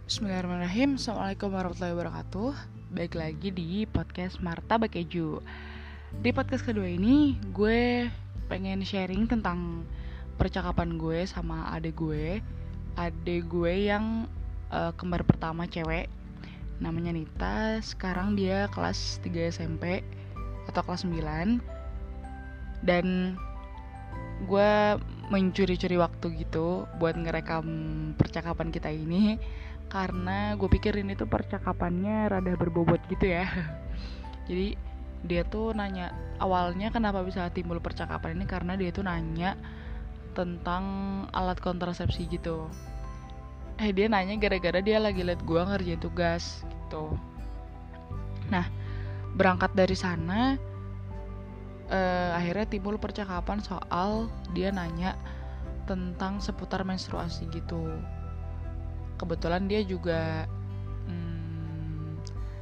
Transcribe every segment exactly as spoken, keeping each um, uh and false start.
Bismillahirrahmanirrahim. Assalamualaikum warahmatullahi wabarakatuh. Baik lagi di podcast Martabak Keju. Di podcast kedua ini gue pengen sharing tentang percakapan gue sama adik gue. Adik gue yang uh, kembar pertama cewek, namanya Nita. Sekarang dia kelas tiga S M P atau kelas sembilan. Dan gue mencuri-curi waktu gitu buat ngerekam percakapan kita ini, karena gue pikir ini tuh percakapannya rada berbobot gitu ya. Jadi dia tuh nanya, awalnya kenapa bisa timbul percakapan ini karena dia tuh nanya tentang alat kontrasepsi gitu. Eh dia nanya gara-gara dia lagi liat gue ngerjain tugas gitu. Nah berangkat dari sana Uh, akhirnya timbul percakapan soal dia nanya tentang seputar menstruasi gitu. Kebetulan dia juga hmm,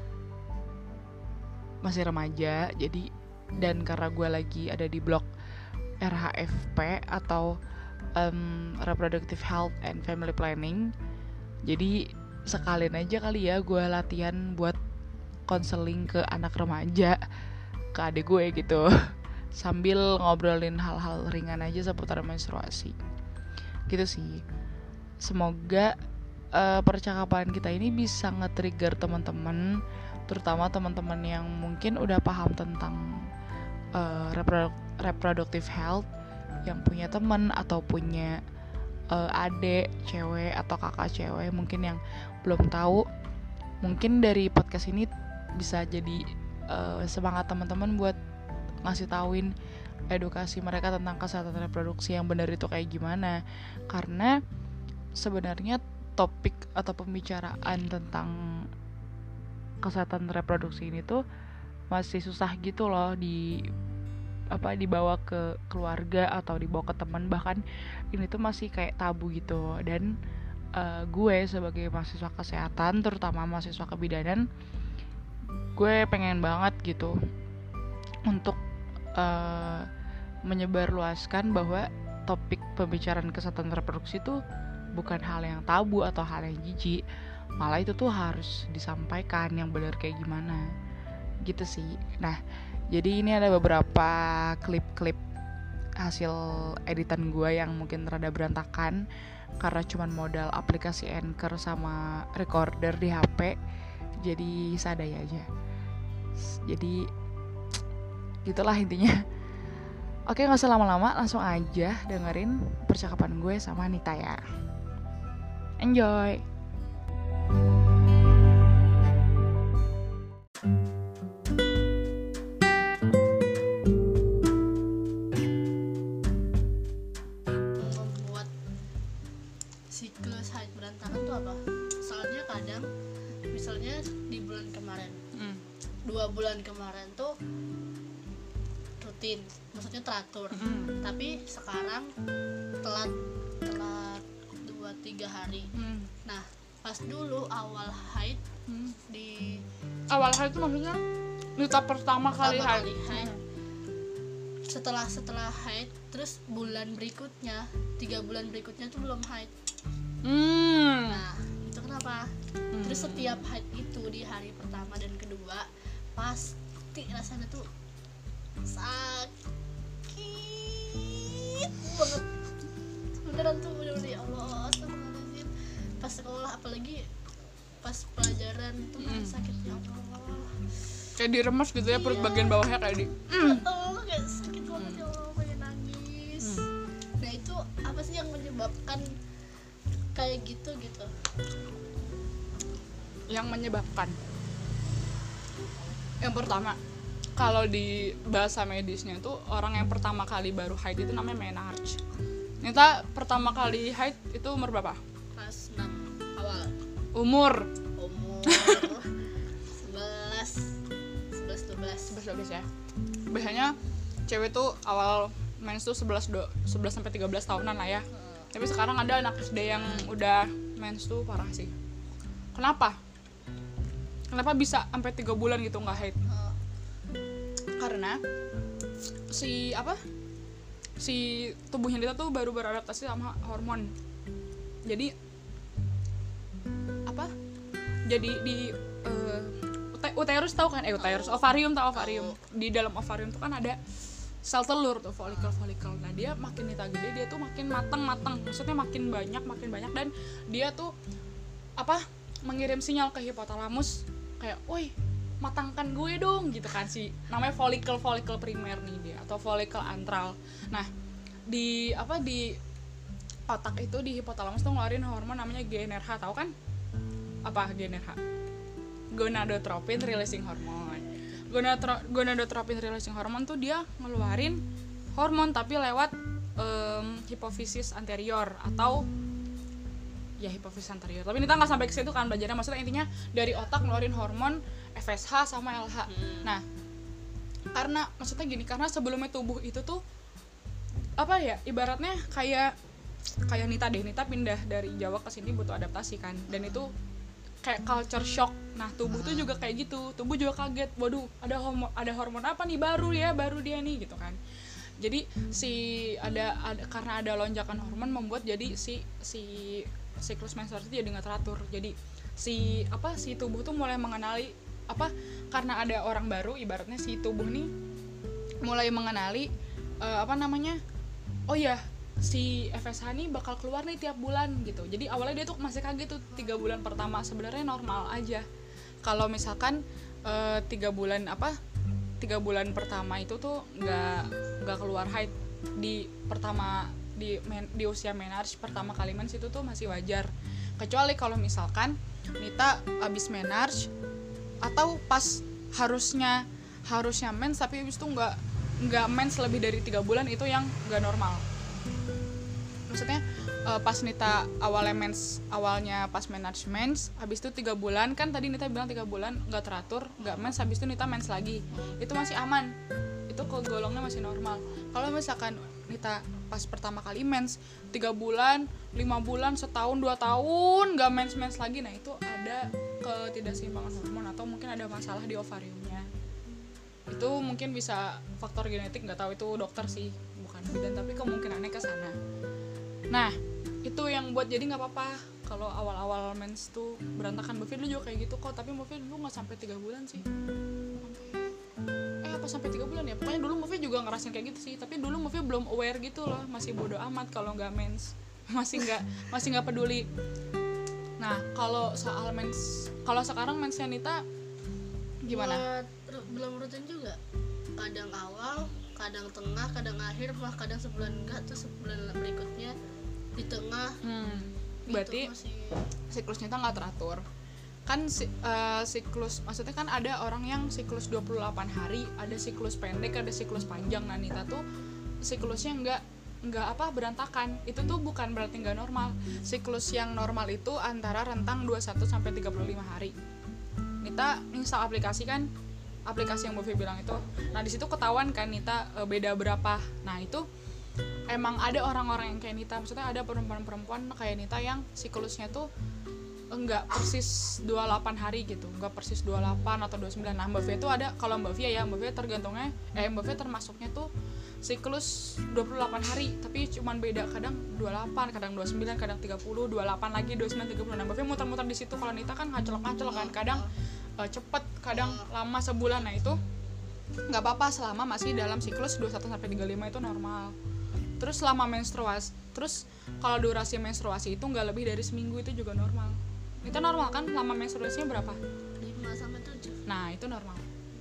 masih remaja, jadi dan karena gue lagi ada di blok R H F P atau um, Reproductive Health and Family Planning, jadi sekalian aja kali ya gue latihan buat konseling ke anak remaja, ke adik gue gitu, sambil ngobrolin hal-hal ringan aja seputar menstruasi gitu sih. Semoga uh, percakapan kita ini bisa nge-trigger teman-teman, terutama teman-teman yang mungkin udah paham tentang uh, reprodu- reproductive health, yang punya teman atau punya uh, adik cewek atau kakak cewek mungkin yang belum tahu. Mungkin dari podcast ini bisa jadi Uh, semangat teman-teman buat ngasih tauin edukasi mereka tentang kesehatan reproduksi yang benar itu kayak gimana. Karena sebenarnya topik atau pembicaraan tentang kesehatan reproduksi ini tuh masih susah gitu loh di apa dibawa ke keluarga atau dibawa ke teman, bahkan ini tuh masih kayak tabu gitu. Dan uh, gue sebagai mahasiswa kesehatan, terutama mahasiswa kebidanan, gue pengen banget gitu untuk uh, menyebarluaskan bahwa topik pembicaraan kesehatan reproduksi itu bukan hal yang tabu atau hal yang jijik, malah itu tuh harus disampaikan yang benar kayak gimana gitu sih. Nah jadi ini ada beberapa klip-klip hasil editan gue yang mungkin rada berantakan karena cuman modal aplikasi Anchor sama recorder di H P, jadi sadai aja. Jadi gitulah intinya. Oke, gak usah lama-lama, langsung aja dengerin percakapan gue sama Nita ya. Enjoy. Membuat siklus haid berantakan tuh apa? Soalnya kadang misalnya di bulan kemarin mm. dua bulan kemarin tuh rutin, maksudnya teratur, mm. tapi sekarang telat telat dua tiga hari. mm. Nah pas dulu awal haid, mm. di awal haid itu maksudnya Nita pertama, pertama kali haid, kali haid. Mm. setelah setelah haid terus bulan berikutnya, tiga bulan berikutnya tuh belum haid. mm. Nah itu kenapa? Hmm. Terus setiap haid itu di hari pertama dan kedua pasti rasanya tuh sakit banget, beneran tuh, bener-bener ya Allah, astagfirullahaladzim. Pas sekolah apalagi pas pelajaran tuh hmm. sakitnya Allah, kayak diremes gitu ya, perut iya. Bagian bawahnya kayak di mm. oh kayak sakit banget hmm. ya Allah, pengen nangis. hmm. Nah itu apa sih yang menyebabkan kayak gitu gitu? Yang menyebabkan, yang pertama, kalau di bahasa medisnya tuh orang yang pertama kali baru haid itu namanya menarche. Nita pertama kali haid itu umur berapa? Kelas enam awal. Umur? Umur sebelas sebelas dua belas sebelas dua belas ya. Biasanya cewek tuh awal mens tuh sebelas sampai tiga belas tahunan lah ya. hmm. Tapi sekarang ada anak S D yang udah mens tuh parah sih. Kenapa? Kenapa bisa sampai tiga bulan gitu nggak haid? Uh. Karena si apa? Si tubuhnya kita tuh baru beradaptasi sama hormon. Jadi apa jadi di uh, uterus tahu kan eh uterus ovarium tahu ovarium di dalam ovarium tuh kan ada sel telur tuh folikel folikel. Nah dia makin Nita gede dia tuh makin matang matang maksudnya makin banyak makin banyak dan dia tuh apa mengirim sinyal ke hipotalamus kayak woi matangkan gue dong gitu kan si namanya folikel folikel primer nih dia atau folikel antral. Nah di apa di otak itu di hipotalamus tuh ngeluarin hormon namanya G N R H tahu kan apa G N R H gonadotropin releasing hormone. Gonadotro, gonadotropin releasing hormone tuh dia ngeluarin hormon tapi lewat um, hipofisis anterior atau ya hipofisis anterior. Tapi kita nggak sampai ke situ kan belajarnya. Maksudnya intinya dari otak ngeluarin hormon F S H sama L H. Hmm. Nah, karena maksudnya gini, karena sebelumnya tubuh itu tuh apa ya? Ibaratnya kayak kayak Nita deh. Nita pindah dari Jawa ke sini butuh adaptasi kan. Dan itu kayak culture shock. Nah tubuh tuh juga kayak gitu, tubuh juga kaget, waduh ada hormon ada hormon apa nih baru ya baru dia nih gitu kan. Jadi si ada, ada karena ada lonjakan hormon membuat jadi si si siklus menstruasi jadi nggak teratur. Jadi si apa si tubuh tuh mulai mengenali apa karena ada orang baru ibaratnya si tubuh nih mulai mengenali uh, apa namanya oh ya si F S H nih bakal keluar nih tiap bulan gitu. Jadi awalnya dia tuh masih kaget tuh tiga bulan pertama sebenarnya normal aja. Kalau misalkan e, tiga bulan apa tiga bulan pertama itu tuh nggak nggak keluar haid di pertama di men, di usia menarche pertama kali mens itu tuh masih wajar. Kecuali kalau misalkan Nita abis menarche atau pas harusnya harusnya mens tapi abis itu nggak nggak mens lebih dari tiga bulan itu yang nggak normal. Maksudnya uh, pas Nita awalnya mens awalnya pas menarche mens habis itu tiga bulan kan tadi Nita bilang tiga bulan nggak teratur nggak mens habis itu Nita mens lagi itu masih aman itu kegolongnya masih normal. Kalau misalkan Nita pas pertama kali mens tiga bulan lima bulan setahun dua tahun nggak mens mens lagi nah itu ada ketidakseimbangan hormon atau mungkin ada masalah di ovariumnya. Itu mungkin bisa faktor genetik nggak tahu itu dokter sih bukan bidan tapi kemungkinannya ke sana. Nah itu yang buat jadi nggak apa-apa kalau awal-awal mens tuh berantakan. Mbak Fir dulu juga kayak gitu kok tapi Mbak Fir dulu nggak sampai tiga bulan sih eh apa sampai tiga bulan ya pokoknya dulu Mbak Fir juga ngerasain kayak gitu sih tapi dulu Mbak Fir belum aware gitu loh masih bodoh amat kalau nggak mens masih nggak masih nggak peduli. Nah kalau soal mens kalau sekarang mensnya Nita gimana? Buat, belum rutin juga kadang awal kadang tengah kadang akhir wah kadang sebulan enggak terus sebulan berikutnya di tengah. Hmm, berarti masih... siklusnya tuh nggak teratur kan si, uh, siklus maksudnya kan ada orang yang siklus dua puluh delapan hari ada siklus pendek ada siklus panjang. Nah Nita tuh siklusnya nggak nggak apa berantakan itu tuh bukan berarti nggak normal. Siklus yang normal itu antara rentang dua puluh satu sampai tiga puluh lima hari. Nita install aplikasi kan aplikasi yang Bovi bilang itu. Nah di situ ketahuan kan Nita e, beda berapa. Nah itu emang ada orang-orang yang kayak Nita, maksudnya ada perempuan-perempuan kayak Nita yang siklusnya tuh enggak persis dua puluh delapan hari gitu, enggak persis dua puluh delapan atau dua puluh sembilan. Nah Mbak Via tuh ada, kalau Mbak Via ya, Mbak Via tergantungnya eh Mbak Via termasuknya tuh siklus dua puluh delapan hari, tapi cuman beda kadang dua puluh delapan, kadang dua puluh sembilan, kadang tiga puluh, dua puluh delapan lagi, dua puluh sembilan, tiga puluh. Nah Mbak Via muter-muter di situ. Kalau Nita kan ngacel-ngacel kan, kadang uh, cepet, kadang lama sebulan. Nah itu nggak apa-apa selama masih dalam siklus dua puluh satu sampai tiga puluh lima itu normal. Terus selama menstruasi, terus kalau durasi menstruasi itu nggak lebih dari seminggu itu juga normal. Itu normal kan, lama menstruasinya berapa? lima sampai tujuh. Nah itu normal.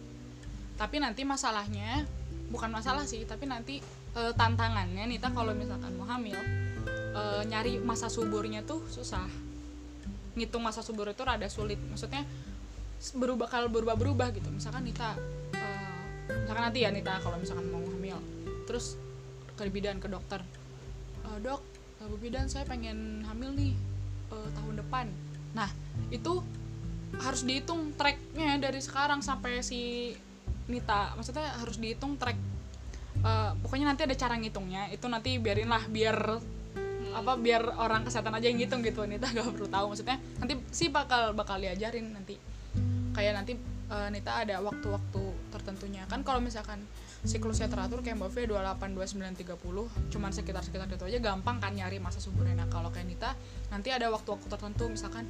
Tapi nanti masalahnya, bukan masalah sih, tapi nanti e, tantangannya Nita kalau misalkan mau hamil, e, nyari masa suburnya tuh susah. Ngitung masa subur itu rada sulit. Maksudnya berubah, kalau berubah-berubah gitu. Misalkan Nita, e, misalkan nanti ya Nita kalau misalkan mau hamil, terus ke bidan, ke dokter, e, dok, Bu bidan saya pengen hamil nih e, tahun depan. Nah itu harus dihitung tracknya dari sekarang sampai si Nita, maksudnya harus dihitung track. Uh, pokoknya nanti ada cara ngitungnya. Itu nanti biarin lah, biar hmm. apa biar orang kesehatan aja yang ngitung gitu. Nita gak perlu tahu. Maksudnya nanti sih bakal bakal diajarin nanti. Kayak nanti uh, Nita ada waktu-waktu tertentunya. Kan kalau misalkan siklusnya teratur kayak Mbak Fia dua puluh delapan, dua puluh sembilan, tiga puluh, cuman sekitar-sekitar itu aja gampang kan nyari masa suburnya. Nah kalau kayak Nita nanti ada waktu-waktu tertentu, misalkan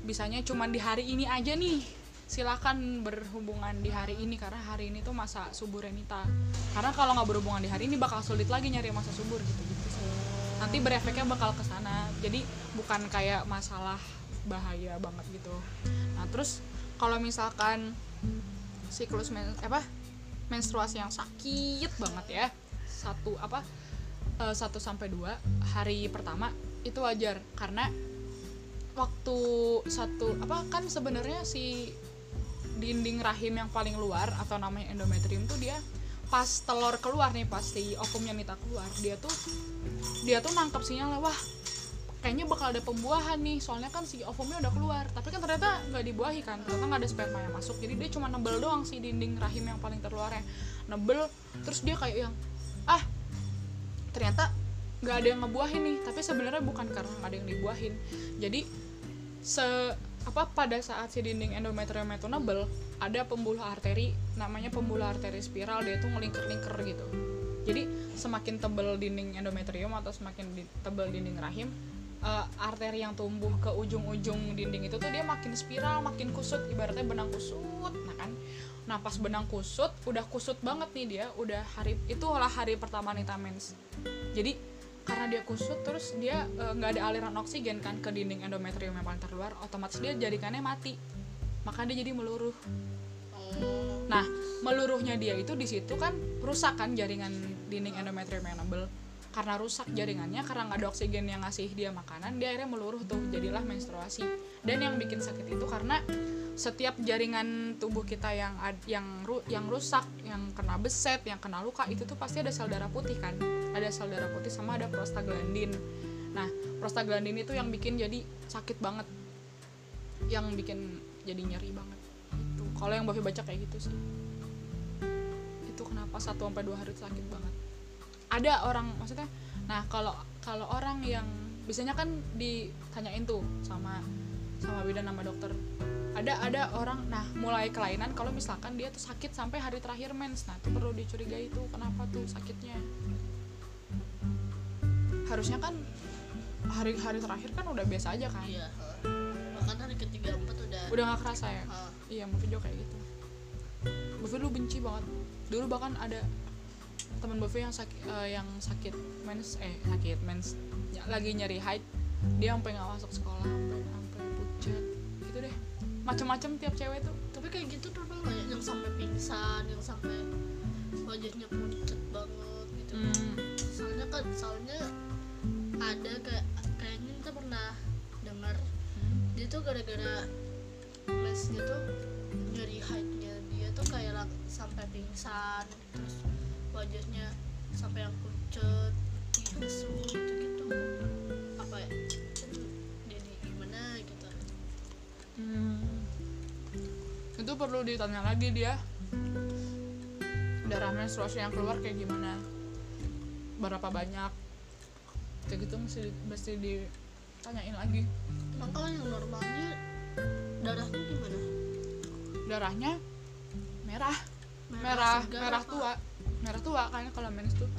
bisanya cuman di hari ini aja nih, silakan berhubungan di hari ini karena hari ini tuh masa subur Renita. Karena kalau nggak berhubungan di hari ini bakal sulit lagi nyari masa subur gitu-gitu sih. Nanti berefeknya bakal ke sana. Jadi bukan kayak masalah bahaya banget gitu. Nah, terus kalau misalkan siklus men apa menstruasi yang sakit banget ya, satu apa uh, satu sampai dua hari pertama itu wajar karena waktu satu apa kan sebenarnya si dinding rahim yang paling luar atau namanya endometrium tuh dia pas telur keluar nih, pas si ovumnya Nita keluar, dia tuh dia tuh nangkep sinyalnya, wah kayaknya bakal ada pembuahan nih, soalnya kan si ovumnya udah keluar, tapi kan ternyata nggak dibuahi kan, ternyata nggak ada sperma yang masuk, jadi dia cuma nebel doang si dinding rahim yang paling terluarnya, nebel, terus dia kayak yang ah ternyata nggak ada yang ngebuahin nih, tapi sebenarnya bukan karena nggak ada yang dibuahin, jadi se apa pada saat si dinding endometrium itu nebel, ada pembuluh arteri namanya pembuluh arteri spiral, dia tuh ngelingker-lingker gitu, jadi semakin tebel dinding endometrium atau semakin di, tebel dinding rahim, Uh, arteri yang tumbuh ke ujung-ujung dinding itu tuh dia makin spiral, makin kusut, ibaratnya benang kusut, nah kan, nah pas benang kusut, udah kusut banget nih dia, udah hari, itulah hari pertama Nita mens, jadi karena dia kusut, terus dia nggak uh, ada aliran oksigen kan ke dinding endometrium yang paling terluar, otomatis dia jaringannya mati, maka dia jadi meluruh. Nah, meluruhnya dia itu di situ kan rusak kan jaringan dinding endometrium yang nebel. Karena rusak jaringannya, karena nggak ada oksigen yang ngasih dia makanan, dia akhirnya meluruh tuh, jadilah menstruasi. Dan yang bikin sakit itu karena setiap jaringan tubuh kita yang yang yang rusak, yang kena beset, yang kena luka, itu tuh pasti ada sel darah putih kan, ada sel darah putih sama ada prostaglandin. Nah, prostaglandin itu yang bikin jadi sakit banget, yang bikin jadi nyeri banget. Itu kalau yang Buffy baca kayak gitu sih. Itu kenapa satu sampai dua hari sakit banget. Ada orang maksudnya, nah kalau kalau orang yang biasanya kan ditanyain tuh sama sama bidan sama dokter, ada ada orang nah mulai kelainan kalau misalkan dia tuh sakit sampai hari terakhir mens, nah itu perlu dicurigai tuh kenapa tuh sakitnya. Harusnya kan hari-hari terakhir kan udah biasa aja kan. Iya, bahkan hari ketiga empat udah udah nggak kerasa ya. uh. Iya, Buffy juga kayak gitu. Buffy dulu benci banget dulu, bahkan ada teman Buffy yang sakit uh, yang sakit mens eh sakit mens ya, lagi nyari haid, dia sampai nggak masuk sekolah, sampai sampai pucat gitu deh, macam-macam tiap cewek tuh. Tapi kayak gitu normal nggak ya, yang sampai pingsan, yang sampai wajahnya pucat banget gitu. hmm. soalnya kan soalnya ada kayak kayaknya kita pernah dengar Hmm. dia tuh gara-gara mensnya tuh nyeri haidnya, dia tuh kayak lang- sampai pingsan, terus wajahnya sampai yang pucat, putih, lesu gitu-gitu. Apa ya? Jadi gimana gitu. Hmm. Itu perlu ditanya lagi dia darah menstruasi yang keluar kayak gimana, berapa banyak, kayak gitu mesti mesti ditanyain lagi. Emang kalau yang normalnya darahnya gimana? Darahnya merah, Merah merah, segar merah apa? tua, merah tua kayaknya kalau mens tuh.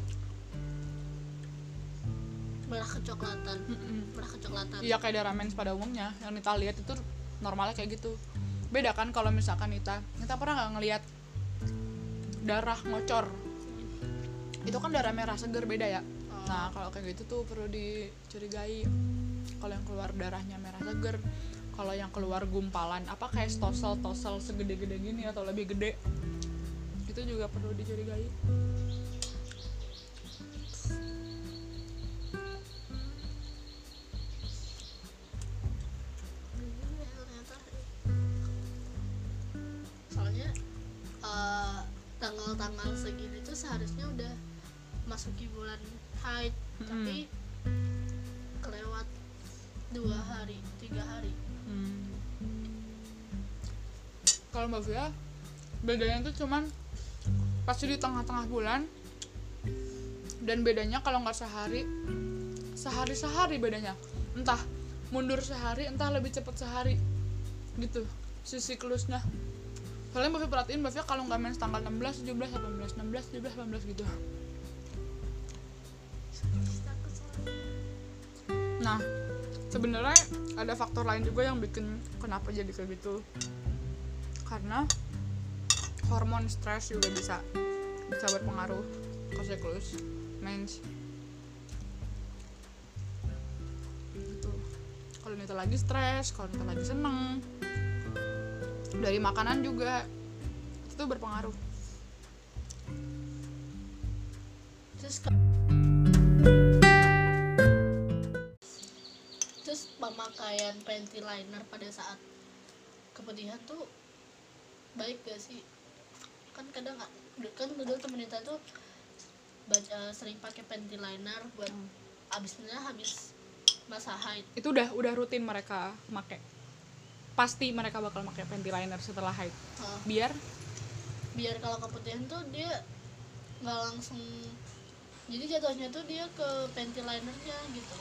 Merah kecoklatan. Mm-mm. Merah kecoklatan. Iya kayak darah mens pada umumnya yang Nita lihat itu normalnya kayak gitu. Beda kan kalau misalkan Nita, Nita pernah nggak ngelihat darah ngocor? Itu kan darah merah segar, beda ya. Oh. Nah kalau kayak gitu tuh perlu dicurigai. Kalau yang keluar darahnya merah segar, kalau yang keluar gumpalan apa kayak tosel tosel segede-gede gini atau lebih gede, itu juga perlu dicurigai. Soalnya uh, tanggal-tanggal segini tuh seharusnya udah masuki bulan haid, Mm-mm. tapi kelewat dua hari, tiga hari. Hmm. Kalau Mbak Via, bedanya tuh cuman pasti di tengah-tengah bulan, dan bedanya kalau nggak sehari, sehari sehari bedanya, entah mundur sehari, entah lebih cepat sehari, gitu si siklusnya. Soalnya Mbak Via perhatiin, Mbak Via kalau nggak mens tanggal enam belas, tujuh belas, delapan belas, enam belas, tujuh belas, delapan belas gitu. Nah, sebenarnya ada faktor lain juga yang bikin kenapa jadi kayak gitu, karena hormon stres juga bisa bisa berpengaruh ke siklus mens. Gitu. Kalau Nita lagi stres, kalau Nita lagi seneng, dari makanan juga itu berpengaruh. Terus terus pemakaian panty liner pada saat kepedihan tuh baik gak sih? Kan kadang kan dulu temen Nita tuh baca sering pakai panty liner buat hmm. abisnya habis masa haid. Itu udah udah rutin mereka make. Pasti mereka bakal pakai panty liner setelah haid. Uh, biar biar kalau kepedihan tuh dia nggak langsung, jadi jatuhnya tuh dia ke panty linernya gitu.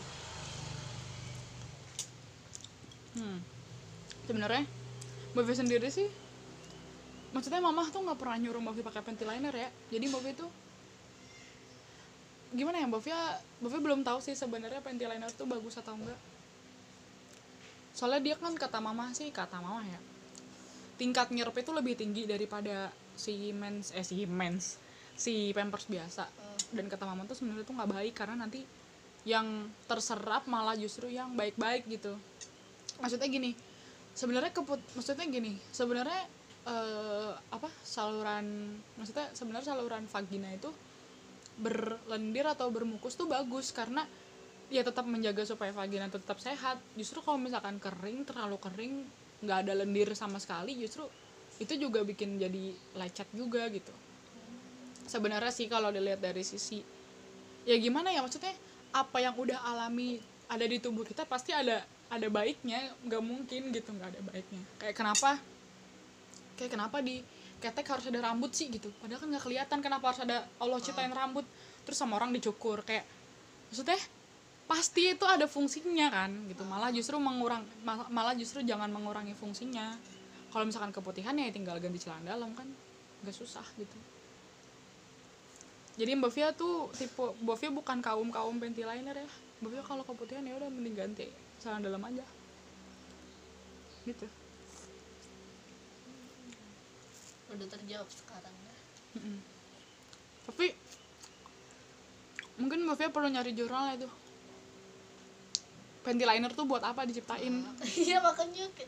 Hmm. Sebenarnya Mbak Vi sendiri sih, maksudnya mamah tuh nggak pernah nyuruh Mbak Vi pakai panty liner ya. Jadi Mbak Vi tuh gimana ya, Mbak Vi Mbak Vi belum tahu sih sebenarnya panty liner tuh bagus atau enggak. Soalnya dia kan kata mama sih, kata mama ya, tingkat nyerap itu lebih tinggi daripada si mens eh si mens si pampers biasa. Dan kata mama tuh sebenarnya tuh nggak baik karena nanti yang terserap malah justru yang baik-baik gitu. Maksudnya gini, sebenarnya keput maksudnya gini sebenarnya eh, apa saluran maksudnya sebenarnya saluran vagina itu berlendir atau bermukus tuh bagus karena ya tetap menjaga supaya vagina tetap sehat. Justru kalau misalkan kering, terlalu kering, nggak ada lendir sama sekali, justru itu juga bikin jadi lecet juga gitu. Sebenarnya sih kalau dilihat dari sisi ya gimana ya, maksudnya apa yang udah alami ada di tubuh kita pasti ada ada baiknya, nggak mungkin gitu nggak ada baiknya. Kayak kenapa kayak kenapa di ketek harus ada rambut sih gitu, padahal kan nggak kelihatan kenapa harus ada Allah ciptain rambut, terus sama orang dicukur. Kayak maksudnya pasti itu ada fungsinya kan gitu, malah justru mengurang malah justru jangan mengurangi fungsinya. Kalau misalkan keputihan ya tinggal ganti celana dalam kan nggak susah gitu. Jadi Mbak Via tuh tipe Mbak Via bukan kaum kaum panty liner ya. Mbak Via kalau keputihan ya udah mending ganti celana dalam aja gitu. Udah terjawab sekarang ya. Mm-mm. Tapi mungkin Mbak Via perlu nyari jurnal itu, panty liner tuh buat apa diciptain. Iya makanya kayak...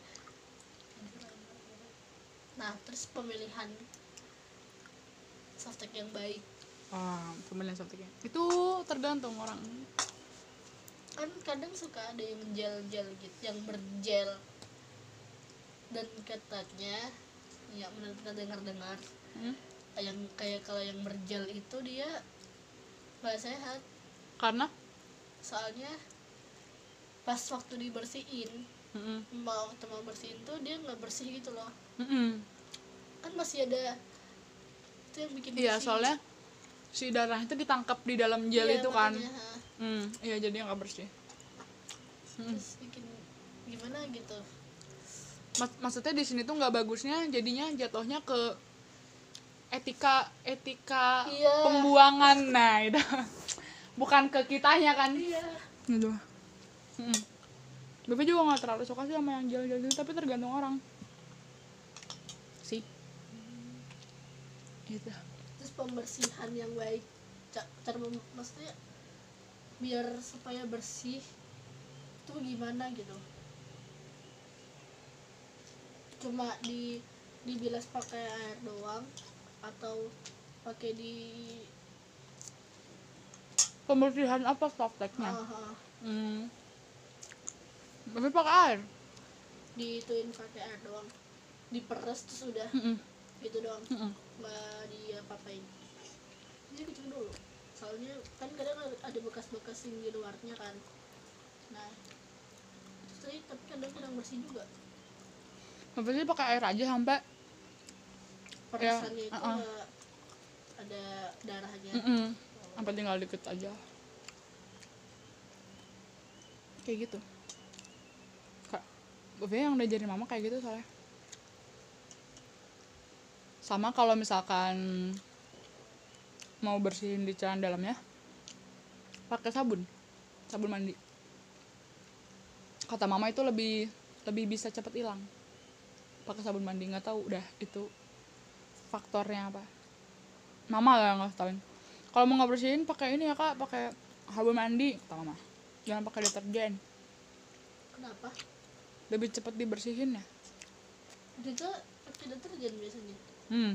Nah terus pemilihan softtek yang baik. Oh, pemilihan softteknya itu tergantung orang. Kan kadang suka ada yang gel-gel gitu, yang bergel, dan katanya ya menurut kita dengar-dengar hmm? yang kayak kalau yang bergel itu dia nggak sehat karena soalnya pas waktu dibersihin mm-hmm. mau waktu mau bersihin tuh dia nggak bersih gitu loh. Mm-hmm. Kan masih ada itu yang bikin bersih. Iya soalnya si darah itu ditangkap di dalam gel iya, itu makanya, kan hmm, iya jadi nggak bersih. Terus bikin gimana gitu. Mak- maksudnya di sini tuh nggak bagusnya jadinya jatuhnya ke etika etika iya. pembuangan. Nah itu bukan ke kitanya kan. Iya. Gitu. Hmm. Bebe juga nggak terlalu suka sih sama yang gel-gel gitu, tapi tergantung orang sih. Hmm. Gitu. Terus pembersihan yang baik, cara mem- maksudnya biar supaya bersih tuh gimana gitu. Cuma di dibilas pakai air doang atau pakai di pembersihan apa softteknya? uh-huh. Hmm. Tapi pakai air. Diituin pakai air doang. Diperes terus udah. Mm-mm. Gitu doang. Mm-mm. Nggak diapa-apain. Jadi kucing dulu. Soalnya kan kadang ada bekas-bekas yang di luarnya kan. Nah, terus tapi kadang kurang bersih juga. Tapi pakai air aja sampai Peresannya ya, itu uh-uh. uh, ada darahnya. Mm-mm. Sampai tinggal dikit aja. Kayak gitu. Kak, gue yang udah jadi mama kayak gitu soalnya. Sama kalau misalkan mau bersihin di celana dalamnya, pakai sabun, sabun mandi. kata mama itu lebih lebih bisa cepet hilang pakai sabun mandi. Nggak tahu udah itu faktornya apa, mama lah nggak tahuin. Kalau mau ngebersihin pakai ini ya kak, pakai sabun mandi kata mama, jangan pakai deterjen, Kenapa? lebih cepet dibersihin ya. Itu pakai deterjen biasanya. hmm.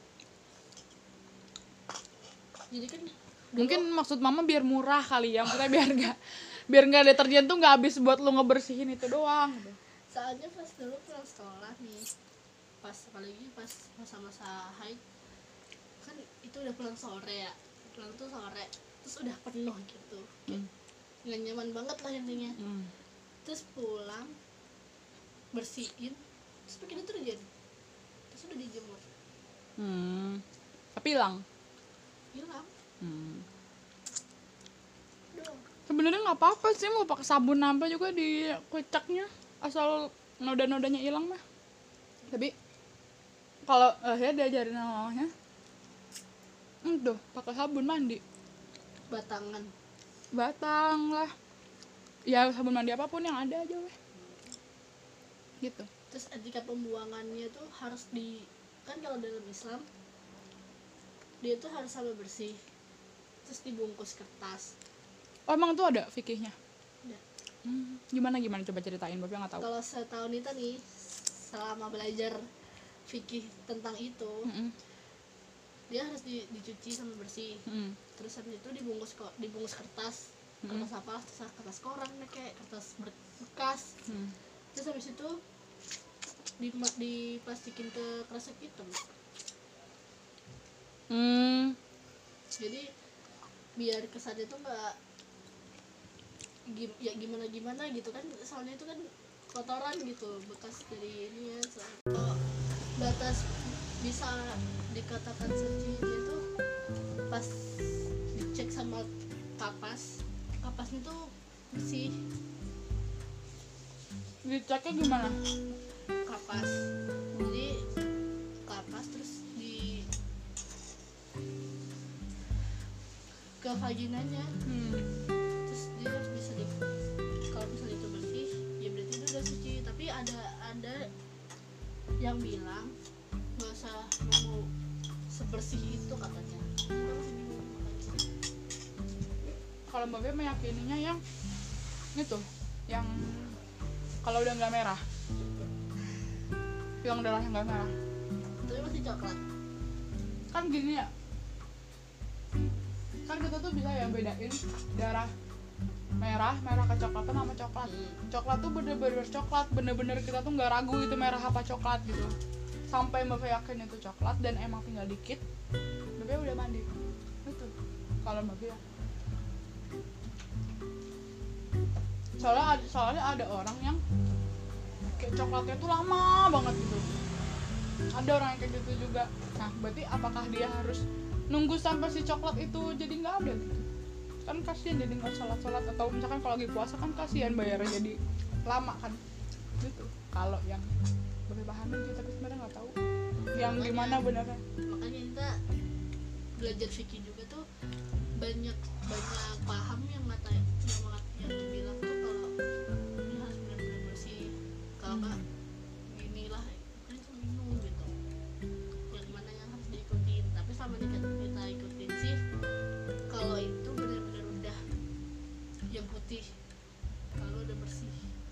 Jadi kan Mungkin maksud mama biar murah kali ya, maksudnya biar nggak biar nggak deterjen tuh nggak habis buat lu ngebersihin itu doang gitu. soalnya pas dulu pulang sekolah nih, pas apalagi pas masa-masa haid kan itu udah pulang sore ya, pulang tuh sore terus udah penuh gitu, Hmm. nggak nyaman banget lah intinya. Hmm. Terus pulang bersihin terus pakai deterjen terus udah dijemur Hmm. Tapi hilang. hilang Hmm. doang. Sebenarnya nggak apa-apa sih mau pakai sabun apa juga di kucaknya, asal noda-nodanya hilang mah. Tapi kalau eh, ya diajarin sama mamanya, itu pakai sabun mandi, Batangan batang lah, ya sabun mandi apapun yang ada aja weh, gitu. terus etika pembuangannya tuh harus di, kan kalau dalam Islam dia tuh harus sampai bersih terus dibungkus kertas. Oh emang tuh ada fikihnya? Udah. Hmm, gimana gimana coba ceritain, bapak nggak tahu. Kalau setahun itu nih selama belajar fikih tentang itu, Mm-mm. dia harus di, dicuci sampai bersih. Mm-mm. Terus habis itu dibungkus kok dibungkus kertas, Mm-mm. kertas apa? Kertas, kertas koran nih, kayak kertas ber- bekas. Hmm. Terus habis itu di diplastikin ke kresek hitam. Hmm. Jadi biar kesannya tuh nggak gim- ya gimana gimana gitu kan, soalnya itu kan kotoran gitu bekas dari ini ya. Kalau batas bisa dikatakan sucinya itu pas dicek sama kapas, kapasnya tuh bersih. Diceknya gimana? Kapas, jadi kapas terus di ke vaginanya, Hmm. terus dia harus bisa di, kalau misalnya itu bersih ya berarti itu udah suci. Tapi ada ada yang bilang nggak usah nunggu sebersih itu katanya. Kita masih bingung makanya. Kalau Mbak Be meyakininya yang itu, yang kalau udah nggak merah, yang darahnya nggak merah, Tapi masih coklat. kan gini ya, kan kita tuh bisa ya bedain darah merah, merah kecoklatan sama coklat. Coklat tuh bener-bener coklat, bener-bener kita tuh nggak ragu itu merah apa coklat gitu. Sampai Mbak Be yakin itu coklat dan emang tinggal dikit, Mbak Be udah mandi. Itu kalau Mbak Be ya. Soalnya ada, soalnya ada orang yang kayak coklatnya tuh lama banget gitu. Ada orang yang kayak gitu juga. Nah, berarti apakah dia harus nunggu sampai si coklat itu jadi nggak ada gitu? Kan kasihan jadi nggak sholat-sholat, atau misalkan kalau lagi puasa kan kasihan bayarnya jadi lama kan gitu. Kalau yang berbahanan sih, tapi sebenarnya nggak tahu yang Makanya- gimana benernya. Makanya kita belajar fikih juga tuh banyak banyak paham yang ngata yang mengat- yang bilang tuh kalau ini harus benar-benar bersih, kalau nggak inilah kan cuma minum gitu, yang mana yang harus diikutin. Tapi selama ini kita, kita ikutin sih kalau itu benar-benar udah yang putih, kalau udah bersih.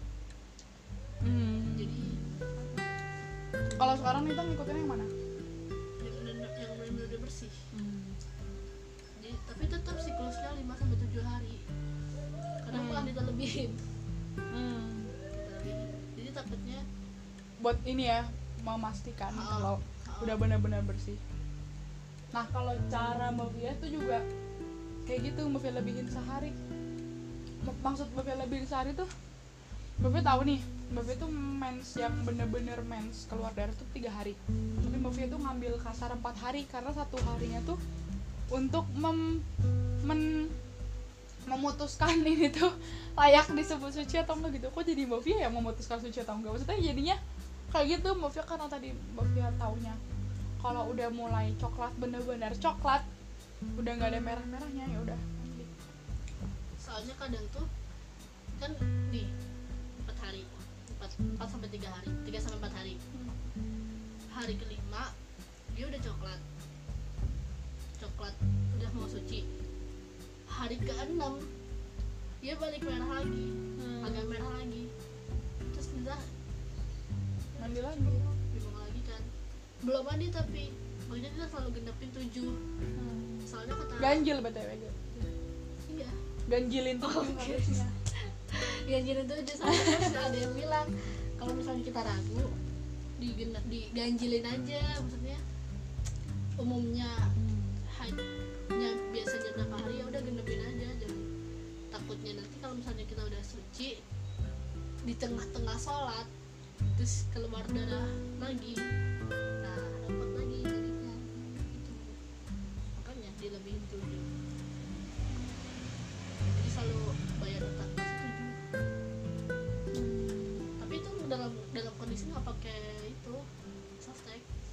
Hmm. Jadi Kalau sekarang kita ngikutin yang mana? yang benar yang benar-benar udah bersih. Hmm. Jadi, tapi tetap siklusnya lima sampai tujuh hari. Kadang Hmm. malah ditelebihin. Hmm. Ditelebihin. Jadi takutnya Buat ini ya, memastikan Ah, kalau ah. udah benar-benar bersih. Nah, kalau cara Mbak Fia tuh juga kayak gitu, Mbak Fia lebihin sehari. Mak- Maksud Mbak Fia lebihin sehari tuh, Mbak Fia tahu nih, Mbak Fia tuh mens yang bener-bener mens keluar darah tuh tiga hari. Tapi Mbak Fia tuh ngambil kasar empat hari karena satu harinya tuh untuk mem men memutuskan ini tuh layak disebut suci atau enggak gitu. Kok jadi Mbak Fia yang memutuskan suci atau enggak? Maksudnya jadinya kayak gitu. Mbak Fia karena tadi Mbak Fia taunya kalau udah mulai coklat, bener-bener coklat, udah nggak ada merah-merahnya, ya udah. soalnya kadang tuh kan nih empat hari, empat empat sampai tiga hari, tiga sampai empat hari. Hari kelima dia udah coklat, coklat udah mau suci. Hari keenam dia balik merah lagi, hmm. agak merah lagi. Terus kita mandi lagi, bingung lagi kan, belum mandi tapi makanya kita selalu genepin tujuh. Hmm. Soalnya kata ganjil btw gitu. Iya. Ganjilin tuh. Oh, harusnya. Ganjilin tujuh soalnya kan ada yang bilang kalau misalnya kita ragu digenep diganjilin aja, maksudnya umumnya haidnya biasanya berapa hari ya udah genepin aja, jadi takutnya nanti kalau misalnya kita udah suci di tengah-tengah sholat terus keluar darah lagi, nah repot lagi jadinya gitu. Makanya dilebihin tujuh, jadi selalu bayar utang masih tujuh. Tapi itu dalam dalam kondisi nggak pakai itu softtek.